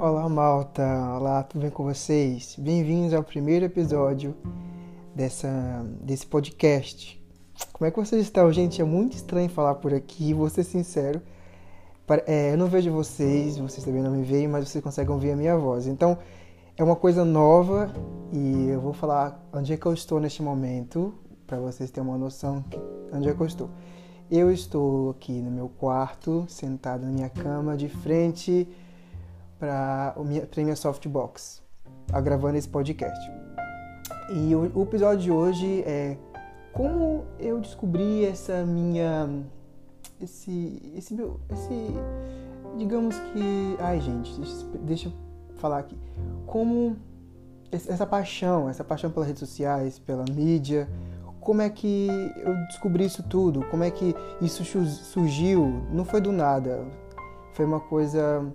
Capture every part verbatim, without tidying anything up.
Olá, malta! Olá, tudo bem com vocês? Bem-vindos ao primeiro episódio dessa, desse podcast. Como é que vocês estão, gente? É muito estranho falar por aqui, vou ser sincero. É, eu não vejo vocês, vocês também não me veem, mas vocês conseguem ouvir a minha voz. Então, é uma coisa nova e eu vou falar onde é que eu estou neste momento, para vocês terem uma noção de onde é que eu estou. Eu estou aqui no meu quarto, sentado na minha cama, de frente para a minha softbox, gravando esse podcast. E o, o episódio de hoje é como eu descobri essa minha, esse, esse meu, esse, digamos que, ai gente, deixa, deixa eu falar aqui, como essa paixão, essa paixão pelas redes sociais, pela mídia, como é que eu descobri isso tudo, como é que isso surgiu, não foi do nada, foi uma coisa...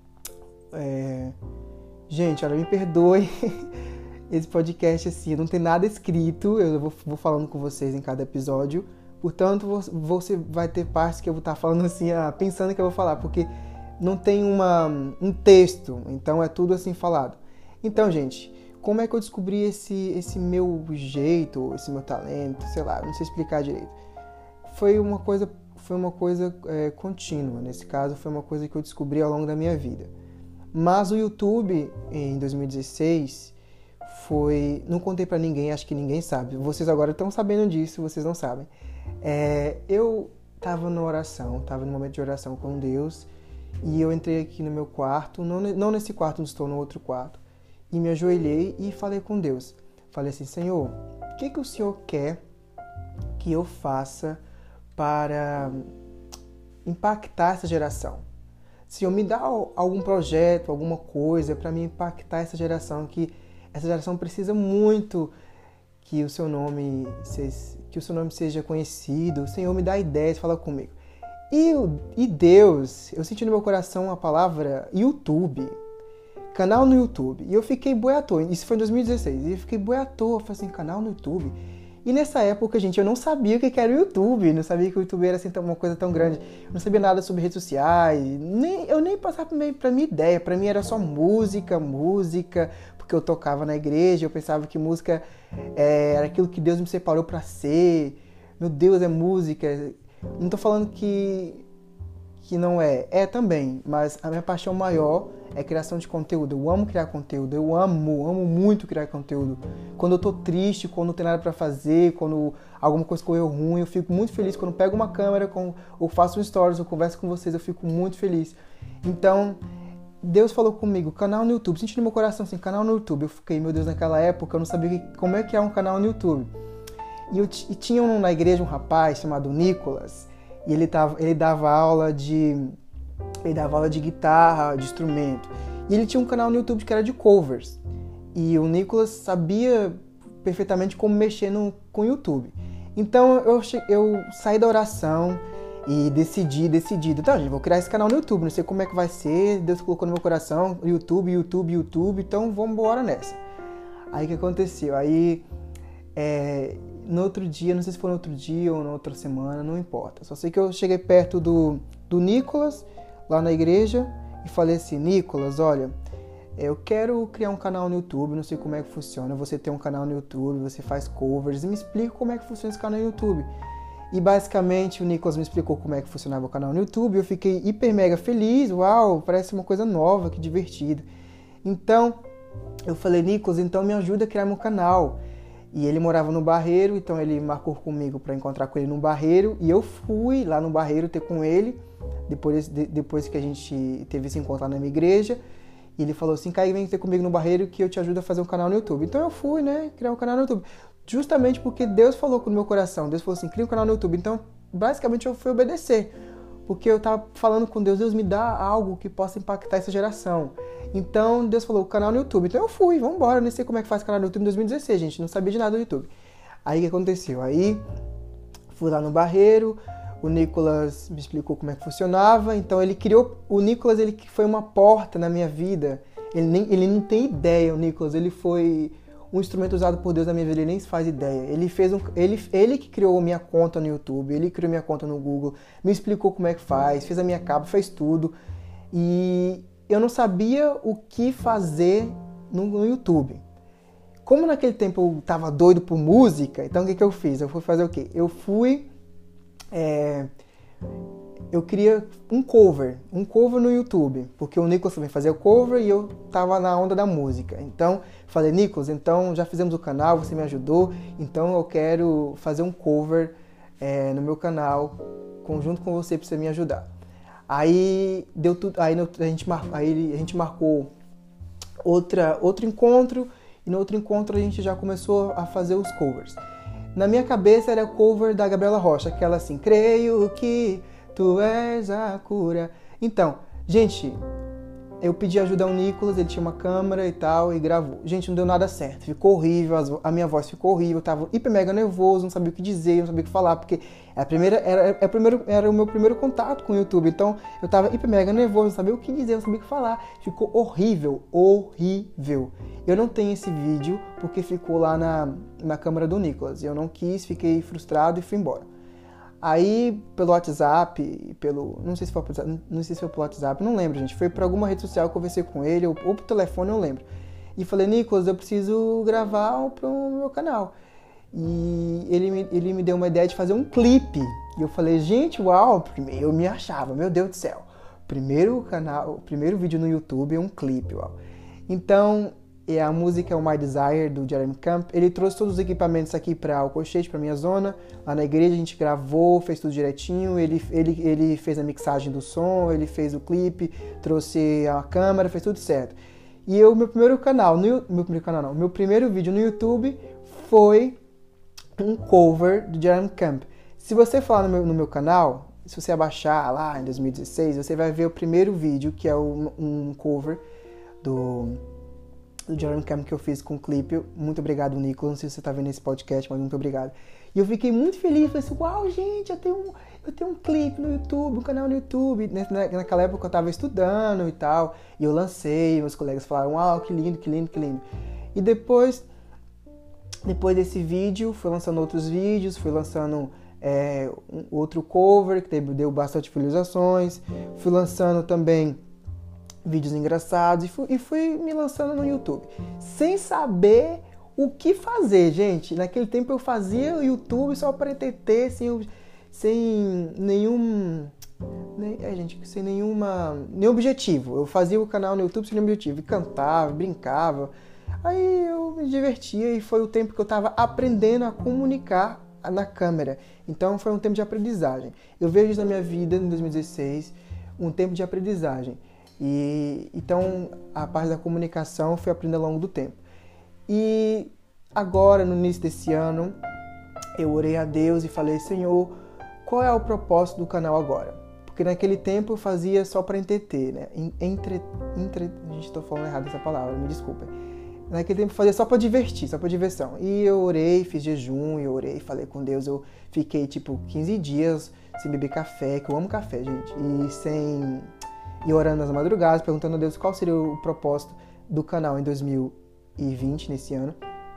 É... Gente, olha, me perdoe esse podcast assim, não tem nada escrito, eu vou, vou falando com vocês em cada episódio, portanto você vai ter partes que eu vou estar falando assim, ah, pensando que eu vou falar, porque não tem uma, um texto, então é tudo assim falado. Então, gente, como é que eu descobri esse, esse meu jeito, esse meu talento, sei lá, não sei explicar direito. Foi uma coisa, foi uma coisa é, contínua, nesse caso foi uma coisa que eu descobri ao longo da minha vida. Mas o YouTube, em dois mil e dezesseis, foi... Não contei pra ninguém, acho que ninguém sabe. Vocês agora estão sabendo disso, vocês não sabem. É, eu tava na oração, tava no momento de oração com Deus, e eu entrei aqui no meu quarto, não, não nesse quarto onde estou, no outro quarto, e me ajoelhei e falei com Deus. Falei assim, Senhor, o que, que o Senhor quer que eu faça para impactar essa geração? Senhor, me dá algum projeto, alguma coisa para me impactar essa geração, que essa geração precisa muito que o seu nome seja, que o seu nome seja conhecido. Senhor, me dá ideias, fala comigo. E, e Deus, eu senti no meu coração a palavra YouTube, canal no YouTube. E eu fiquei boi à toa, isso foi em dois mil e dezesseis, e eu fiquei boi à toa, falei assim, canal no YouTube. E nessa época, gente, eu não sabia o que era o YouTube, não sabia que o YouTube era assim, uma coisa tão grande. Eu não sabia nada sobre redes sociais, nem, eu nem passava pra minha ideia. Pra mim era só música, música, porque eu tocava na igreja, eu pensava que música é, era aquilo que Deus me separou pra ser. Meu Deus, é música. Não tô falando que, que não é, é também, mas a minha paixão maior é criação de conteúdo. Eu amo criar conteúdo, eu amo, amo muito criar conteúdo. Quando eu tô triste, quando não tem nada pra fazer, quando alguma coisa correu ruim, eu fico muito feliz. Quando eu pego uma câmera, ou faço um stories, ou converso com vocês, eu fico muito feliz. Então, Deus falou comigo, canal no YouTube. Senti no meu coração assim, canal no YouTube. Eu fiquei, meu Deus, naquela época eu não sabia como é que é um canal no YouTube. E, eu, e tinha um, na igreja um rapaz chamado Nicolas, e ele, tava, ele dava aula de... Ele dava aula de guitarra, de instrumento. E ele tinha um canal no YouTube que era de covers. E o Nicolas sabia perfeitamente como mexer no, com o YouTube. Então eu, eu saí da oração e decidi, decidi. Então, gente, vou criar esse canal no YouTube. Não sei como é que vai ser. Deus colocou no meu coração. YouTube, YouTube, YouTube. Então vamos embora nessa. Aí o que aconteceu? Aí é, no outro dia, não sei se foi no outro dia ou na outra semana, não importa. Só sei que eu cheguei perto do, do Nicolas, lá na igreja, e falei assim, Nicolas, olha, eu quero criar um canal no YouTube, não sei como é que funciona, você tem um canal no YouTube, você faz covers, e me explica como é que funciona esse canal no YouTube. E basicamente o Nicolas me explicou como é que funcionava o canal no YouTube, eu fiquei hiper mega feliz, uau, parece uma coisa nova, que divertido. Então, eu falei, Nicolas, então me ajuda a criar meu canal. E ele morava no Barreiro, então ele marcou comigo para encontrar com ele no Barreiro, e eu fui lá no Barreiro ter com ele, depois, de, depois que a gente teve esse encontro lá na minha igreja, e ele falou assim, Kaique, vem ter comigo no Barreiro que eu te ajudo a fazer um canal no YouTube. Então eu fui, né, criar um canal no YouTube, justamente porque Deus falou com o meu coração, Deus falou assim, cria um canal no YouTube. Então, basicamente eu fui obedecer, porque eu tava falando com Deus, Deus me dá algo que possa impactar essa geração. Então, Deus falou, canal no YouTube. Então eu fui, vamos embora, nem sei como é que faz canal no YouTube em dois mil e dezesseis, gente, não sabia de nada do YouTube. Aí o que aconteceu? Aí fui lá no Barreiro, o Nicolas me explicou como é que funcionava, então ele criou, o Nicolas ele foi uma porta na minha vida, ele, nem, ele não tem ideia, o Nicolas, ele foi um instrumento usado por Deus na minha vida, ele nem faz ideia. Ele fez um, ele, ele que criou minha conta no YouTube, ele criou minha conta no Google, me explicou como é que faz, fez a minha capa, fez tudo. E eu não sabia o que fazer no, no YouTube. Como naquele tempo eu tava doido por música, então o que, que eu fiz? Eu fui fazer o quê? Eu fui... É, eu queria um cover, um cover no YouTube, porque o Nicolas também fazia o cover e eu tava na onda da música. Então, falei, Nicolas, então já fizemos o canal, você me ajudou, então eu quero fazer um cover é, no meu canal, conjunto com você, pra você me ajudar. Aí, deu tudo, aí, a, gente mar, aí a gente marcou outra, outro encontro, e no outro encontro a gente já começou a fazer os covers. Na minha cabeça era o cover da Gabriela Rocha, aquela assim, creio que tu és a cura. Então, gente, eu pedi ajuda ao Nicolas, ele tinha uma câmera e tal, e gravou. Gente, não deu nada certo, ficou horrível, a minha voz ficou horrível, eu tava hiper mega nervoso, não sabia o que dizer, não sabia o que falar, porque a primeira, era, era, primeiro, era o meu primeiro contato com o YouTube, então eu tava hiper mega nervoso, não sabia o que dizer, não sabia o que falar, ficou horrível, horrível. Eu não tenho esse vídeo porque ficou lá na, na câmera do Nicolas, eu não quis, fiquei frustrado e fui embora. Aí, pelo WhatsApp, pelo... Não sei se foi, não sei se foi pelo WhatsApp, não lembro, gente. Foi por alguma rede social que eu conversei com ele, ou, ou por telefone, eu não lembro. E falei, Nicolas, eu preciso gravar pro meu canal. E ele me, ele me deu uma ideia de fazer um clipe. E eu falei, gente, uau, eu me achava, meu Deus do céu. Primeiro canal, primeiro vídeo no YouTube é um clipe, uau. Então... E a música é o My Desire, do Jeremy Camp. Ele trouxe todos os equipamentos aqui para o Colchete, para minha zona. Lá na igreja a gente gravou, fez tudo direitinho. Ele, ele, ele fez a mixagem do som, ele fez o clipe, trouxe a câmera, fez tudo certo. E o meu primeiro canal, no, meu primeiro canal não, meu primeiro vídeo no YouTube foi um cover do Jeremy Camp. Se você falar no meu, no meu canal, se você abaixar lá em dois mil e dezesseis, você vai ver o primeiro vídeo, que é um, um cover do... do Jeremy Camp que eu fiz com o clipe. Muito obrigado, Nicolas. Não sei se você tá vendo esse podcast, mas muito obrigado. E eu fiquei muito feliz. Falei assim, uau, gente, eu tenho, um, eu tenho um clipe no YouTube, um canal no YouTube. Naquela época eu tava estudando e tal. E eu lancei, meus colegas falaram, uau, que lindo, que lindo, que lindo. E depois, depois desse vídeo, fui lançando outros vídeos, fui lançando é, um outro cover, que deu bastante visualizações. Fui lançando também vídeos engraçados e fui, e fui me lançando no YouTube, sem saber o que fazer, gente. Naquele tempo eu fazia o YouTube só para entreter, sem, sem nenhum, nem, é, gente, sem nenhuma, nenhum objetivo. Eu fazia o canal no YouTube sem nenhum objetivo, e cantava, brincava, aí eu me divertia e foi o tempo que eu estava aprendendo a comunicar na câmera. Então foi um tempo de aprendizagem. Eu vejo isso na minha vida em dois mil e dezesseis, um tempo de aprendizagem. E, então, a parte da comunicação eu fui aprendendo ao longo do tempo. E agora, no início desse ano, eu orei a Deus e falei, Senhor, qual é o propósito do canal agora? Porque naquele tempo eu fazia só para entreter, né? Entre, entre, a gente está falando errado essa palavra, me desculpa. Naquele tempo eu fazia só para divertir, só para diversão. E eu orei, fiz jejum, eu orei, falei com Deus. Eu fiquei tipo quinze dias sem beber café, que eu amo café, gente. E sem... E orando nas madrugadas, perguntando a Deus qual seria o propósito do canal em dois mil e vinte, nesse ano.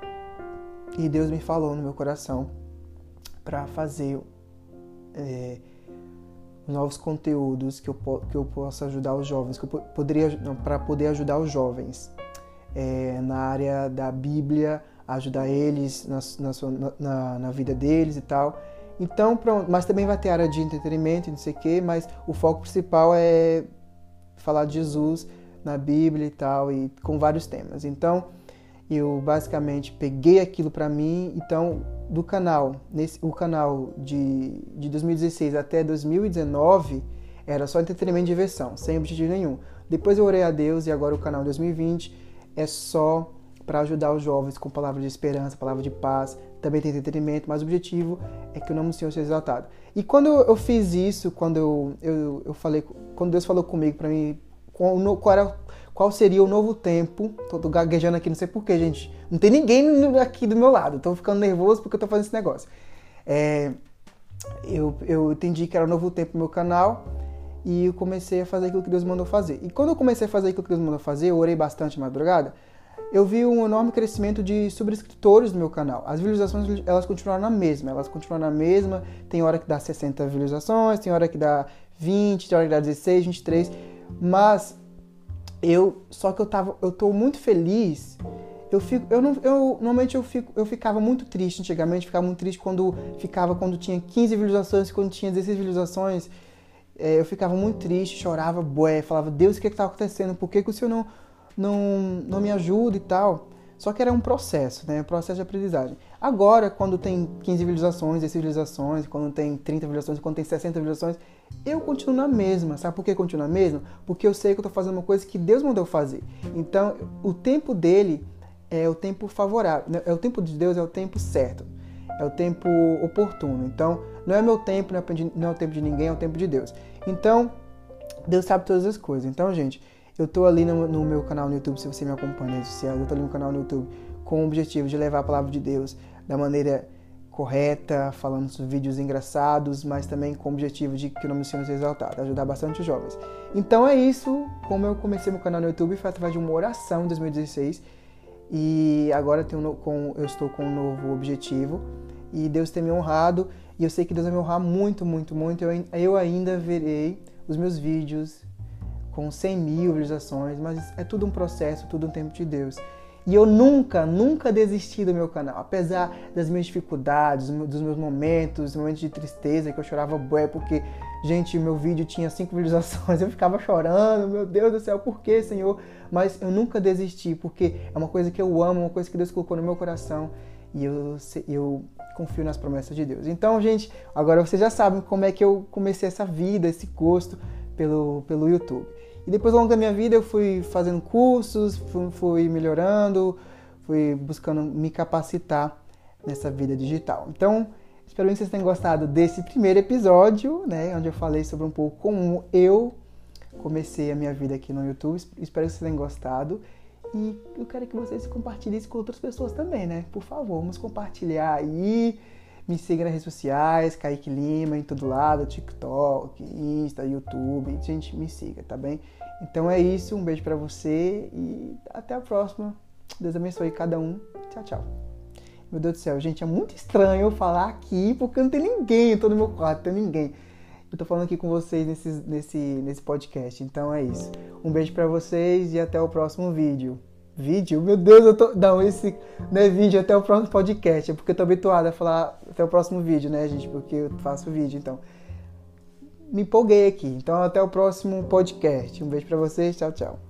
E Deus me falou no meu coração para fazer é, novos conteúdos que eu, que eu possa ajudar os jovens, que eu poderia, para poder ajudar os jovens é, na área da Bíblia, ajudar eles na, na, sua, na, na vida deles e tal. Então, pronto, mas também vai ter área de entretenimento, não sei o quê, mas o foco principal é falar de Jesus na Bíblia e tal, e com vários temas. Então, eu basicamente peguei aquilo para mim. Então, do canal, nesse, o canal de, de dois mil e dezesseis até dois mil e dezenove era só entretenimento e diversão, sem objetivo nenhum. Depois eu orei a Deus e agora o canal dois mil e vinte é só para ajudar os jovens com palavras de esperança, palavra de paz. Também tem entretenimento, mas o objetivo é que o nome do Senhor seja exaltado. E quando eu fiz isso, quando eu, eu, eu falei, quando Deus falou comigo para mim qual, qual, era, qual seria o novo tempo, tô, tô gaguejando aqui, não sei porquê, gente, não tem ninguém aqui do meu lado, tô ficando nervoso porque eu tô fazendo esse negócio. É, eu, eu entendi que era o novo tempo no meu canal e eu comecei a fazer aquilo que Deus mandou fazer. E quando eu comecei a fazer aquilo que Deus mandou fazer, eu orei bastante madrugada, eu vi um enorme crescimento de subscritores no meu canal. As visualizações, elas continuaram na mesma, elas continuaram na mesma, tem hora que dá sessenta visualizações, tem hora que dá vinte, tem hora que dá dezesseis, vinte e três, mas eu, só que eu tava, eu tô muito feliz. Eu fico, eu não, eu normalmente eu fico, eu ficava muito triste antigamente, ficava muito triste quando ficava quando tinha quinze visualizações, quando tinha dezesseis visualizações, é, eu ficava muito triste, chorava, bué, falava, Deus, o que é que tá acontecendo? Por que que o Senhor não, não, não me ajuda e tal? Só que era um processo, né? Um processo de aprendizagem. Agora, quando tem quinze visualizações, dezesseis visualizações, quando tem trinta visualizações, quando tem sessenta visualizações, eu continuo na mesma. Sabe por que eu continuo na mesma? Porque eu sei que eu tô fazendo uma coisa que Deus mandou fazer. Então, o tempo dele é o tempo favorável. É o tempo de Deus, é o tempo certo. É o tempo oportuno. Então, não é meu tempo, não é o tempo de ninguém, é o tempo de Deus. Então, Deus sabe todas as coisas. Então, gente, eu tô ali no, no meu canal no YouTube, se você me acompanha nas redes sociais, eu tô ali no canal no YouTube com o objetivo de levar a palavra de Deus da maneira correta, falando sobre vídeos engraçados, mas também com o objetivo de que o nome do Senhor seja exaltado, ajudar bastante os jovens. Então é isso, como eu comecei meu canal no YouTube, foi através de uma oração em dois mil e dezesseis, e agora eu, tenho, com, eu estou com um novo objetivo, e Deus tem me honrado, e eu sei que Deus vai me honrar muito, muito, muito, eu, eu ainda verei os meus vídeos com cem mil visualizações, mas é tudo um processo, tudo um tempo de Deus. E eu nunca, nunca desisti do meu canal, apesar das minhas dificuldades, dos meus momentos, dos momentos de tristeza, que eu chorava bué, porque, gente, meu vídeo tinha cinco visualizações, eu ficava chorando, meu Deus do céu, por que, Senhor? Mas eu nunca desisti, porque é uma coisa que eu amo, uma coisa que Deus colocou no meu coração, e eu, eu confio nas promessas de Deus. Então, gente, agora vocês já sabem como é que eu comecei essa vida, esse gosto pelo, pelo YouTube. E depois, ao longo da minha vida, eu fui fazendo cursos, fui, fui melhorando, fui buscando me capacitar nessa vida digital. Então, espero que vocês tenham gostado desse primeiro episódio, né, onde eu falei sobre um pouco como eu comecei a minha vida aqui no YouTube. Espero que vocês tenham gostado. E eu quero que vocês compartilhem isso com outras pessoas também, né? Por favor, vamos compartilhar aí. Me siga nas redes sociais, Kaique Lima, em todo lado, TikTok, Insta, YouTube. Gente, me siga, tá bem? Então é isso, um beijo pra você e até a próxima. Deus abençoe cada um. Tchau, tchau. Meu Deus do céu, gente, é muito estranho eu falar aqui porque não tem ninguém, eu tô no meu quarto, não tem ninguém. Eu tô falando aqui com vocês nesse, nesse, nesse podcast, então é isso. Um beijo pra vocês e até o próximo vídeo. Vídeo? Meu Deus, eu tô... Não, esse não é vídeo, até o próximo podcast. É porque eu tô habituado a falar até o próximo vídeo, né, gente? Porque eu faço vídeo, então. Me empolguei aqui. Então, até o próximo podcast. Um beijo pra vocês. Tchau, tchau.